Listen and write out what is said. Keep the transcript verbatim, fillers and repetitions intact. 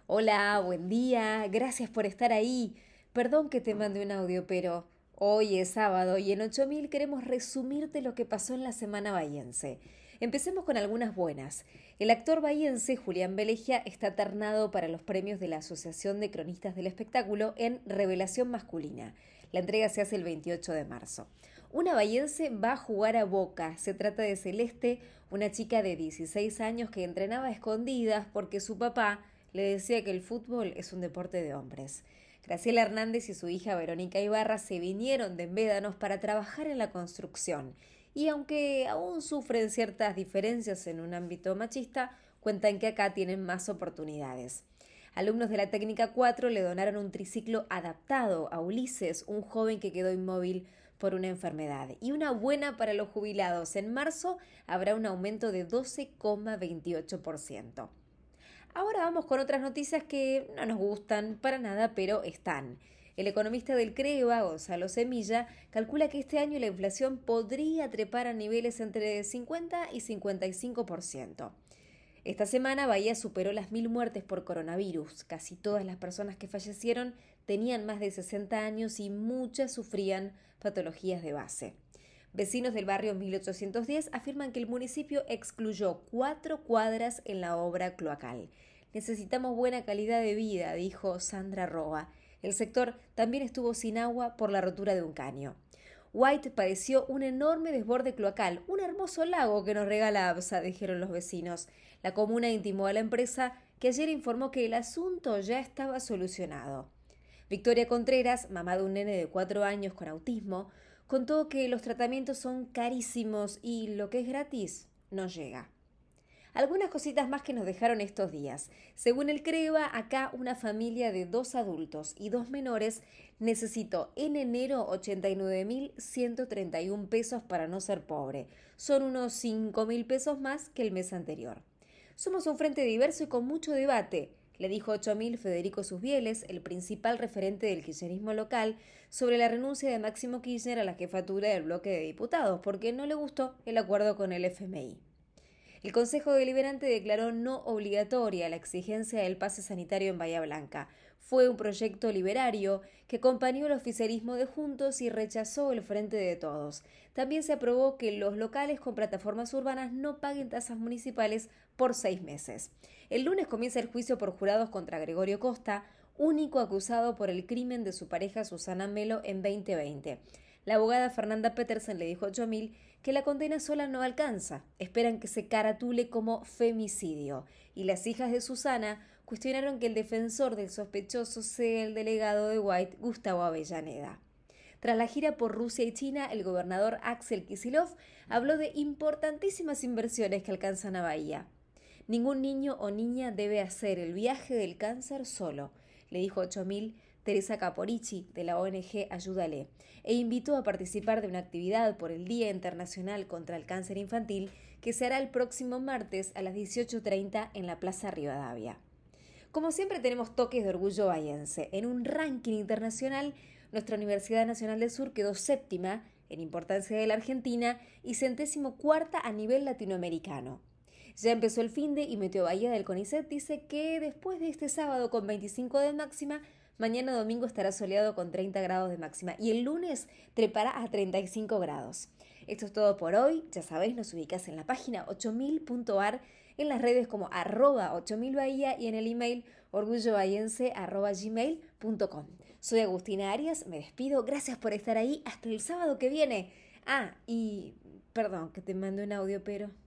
Hola, buen día, gracias por estar ahí. Perdón que te mande un audio, pero hoy es sábado y en ocho mil queremos resumirte lo que pasó en la semana bahiense. Empecemos con algunas buenas. El actor bahiense Julián Belegia está ternado para los premios de la Asociación de Cronistas del Espectáculo en Revelación Masculina. La entrega se hace el veintiocho de marzo. Una bahiense va a jugar a Boca. Se trata de Celeste, una chica de dieciséis años que entrenaba a escondidas porque su papá le decía que el fútbol es un deporte de hombres. Graciela Hernández y su hija Verónica Ibarra se vinieron de Médanos para trabajar en la construcción y aunque aún sufren ciertas diferencias en un ámbito machista, cuentan que acá tienen más oportunidades. Alumnos de la técnica cuatro le donaron un triciclo adaptado a Ulises, un joven que quedó inmóvil por una enfermedad. Y una buena para los jubilados. En marzo habrá un aumento de doce coma veintiocho por ciento. Ahora vamos con otras noticias que no nos gustan para nada, pero están. El economista del CREVA, Gonzalo Semilla, calcula que este año la inflación podría trepar a niveles entre cincuenta y cincuenta y cinco por ciento. Esta semana Bahía superó las mil muertes por coronavirus. Casi todas las personas que fallecieron tenían más de sesenta años y muchas sufrían patologías de base. Vecinos del barrio mil ochocientos diez afirman que el municipio excluyó cuatro cuadras en la obra cloacal. Necesitamos buena calidad de vida, dijo Sandra Roa. El sector también estuvo sin agua por la rotura de un caño. White padeció un enorme desborde cloacal, un hermoso lago que nos regala ABSA, dijeron los vecinos. La comuna intimó a la empresa, que ayer informó que el asunto ya estaba solucionado. Victoria Contreras, mamá de un nene de cuatro años con autismo, contó que los tratamientos son carísimos y lo que es gratis no llega. Algunas cositas más que nos dejaron estos días. Según el CREVA, acá una familia de dos adultos y dos menores necesitó en enero ochenta y nueve mil ciento treinta y uno pesos para no ser pobre. Son unos cinco mil pesos más que el mes anterior. Somos un frente diverso y con mucho debate, le dijo ocho mil Federico Susbieles, el principal referente del kirchnerismo local, sobre la renuncia de Máximo Kirchner a la jefatura del bloque de diputados, porque no le gustó el acuerdo con el F M I. El Consejo Deliberante declaró no obligatoria la exigencia del pase sanitario en Bahía Blanca. Fue un proyecto liberario que acompañó el oficialismo de Juntos y rechazó el Frente de Todos. También se aprobó que los locales con plataformas urbanas no paguen tasas municipales por seis meses. El lunes comienza el juicio por jurados contra Gregorio Costa, único acusado por el crimen de su pareja Susana Melo en veinte veinte. La abogada Fernanda Petersen le dijo a ocho mil que la condena sola no alcanza. Esperan que se caratule como femicidio. Y las hijas de Susana cuestionaron que el defensor del sospechoso sea el delegado de White, Gustavo Avellaneda. Tras la gira por Rusia y China, el gobernador Axel Kicillof habló de importantísimas inversiones que alcanzan a Bahía. Ningún niño o niña debe hacer el viaje del cáncer solo, le dijo a ocho mil Teresa Caporici, de la O N G Ayúdale, e invitó a participar de una actividad por el Día Internacional contra el Cáncer Infantil que se hará el próximo martes a las dieciocho treinta en la Plaza Rivadavia. Como siempre tenemos toques de orgullo bahiense. En un ranking internacional, nuestra Universidad Nacional del Sur quedó séptima en importancia de la Argentina y centésimo cuarta a nivel latinoamericano. Ya empezó el finde y Meteo Bahía del CONICET dice que después de este sábado con veinticinco de máxima, mañana domingo estará soleado con treinta grados de máxima y el lunes trepará a treinta y cinco grados. Esto es todo por hoy. Ya sabéis, nos ubicás en la página ocho mil punto ar, en las redes como arroba ocho mil bahía y en el email orgullobahiense arroba gmail punto com. Soy Agustina Arias, me despido. Gracias por estar ahí. Hasta el sábado que viene. Ah, y perdón que te mando un audio, pero...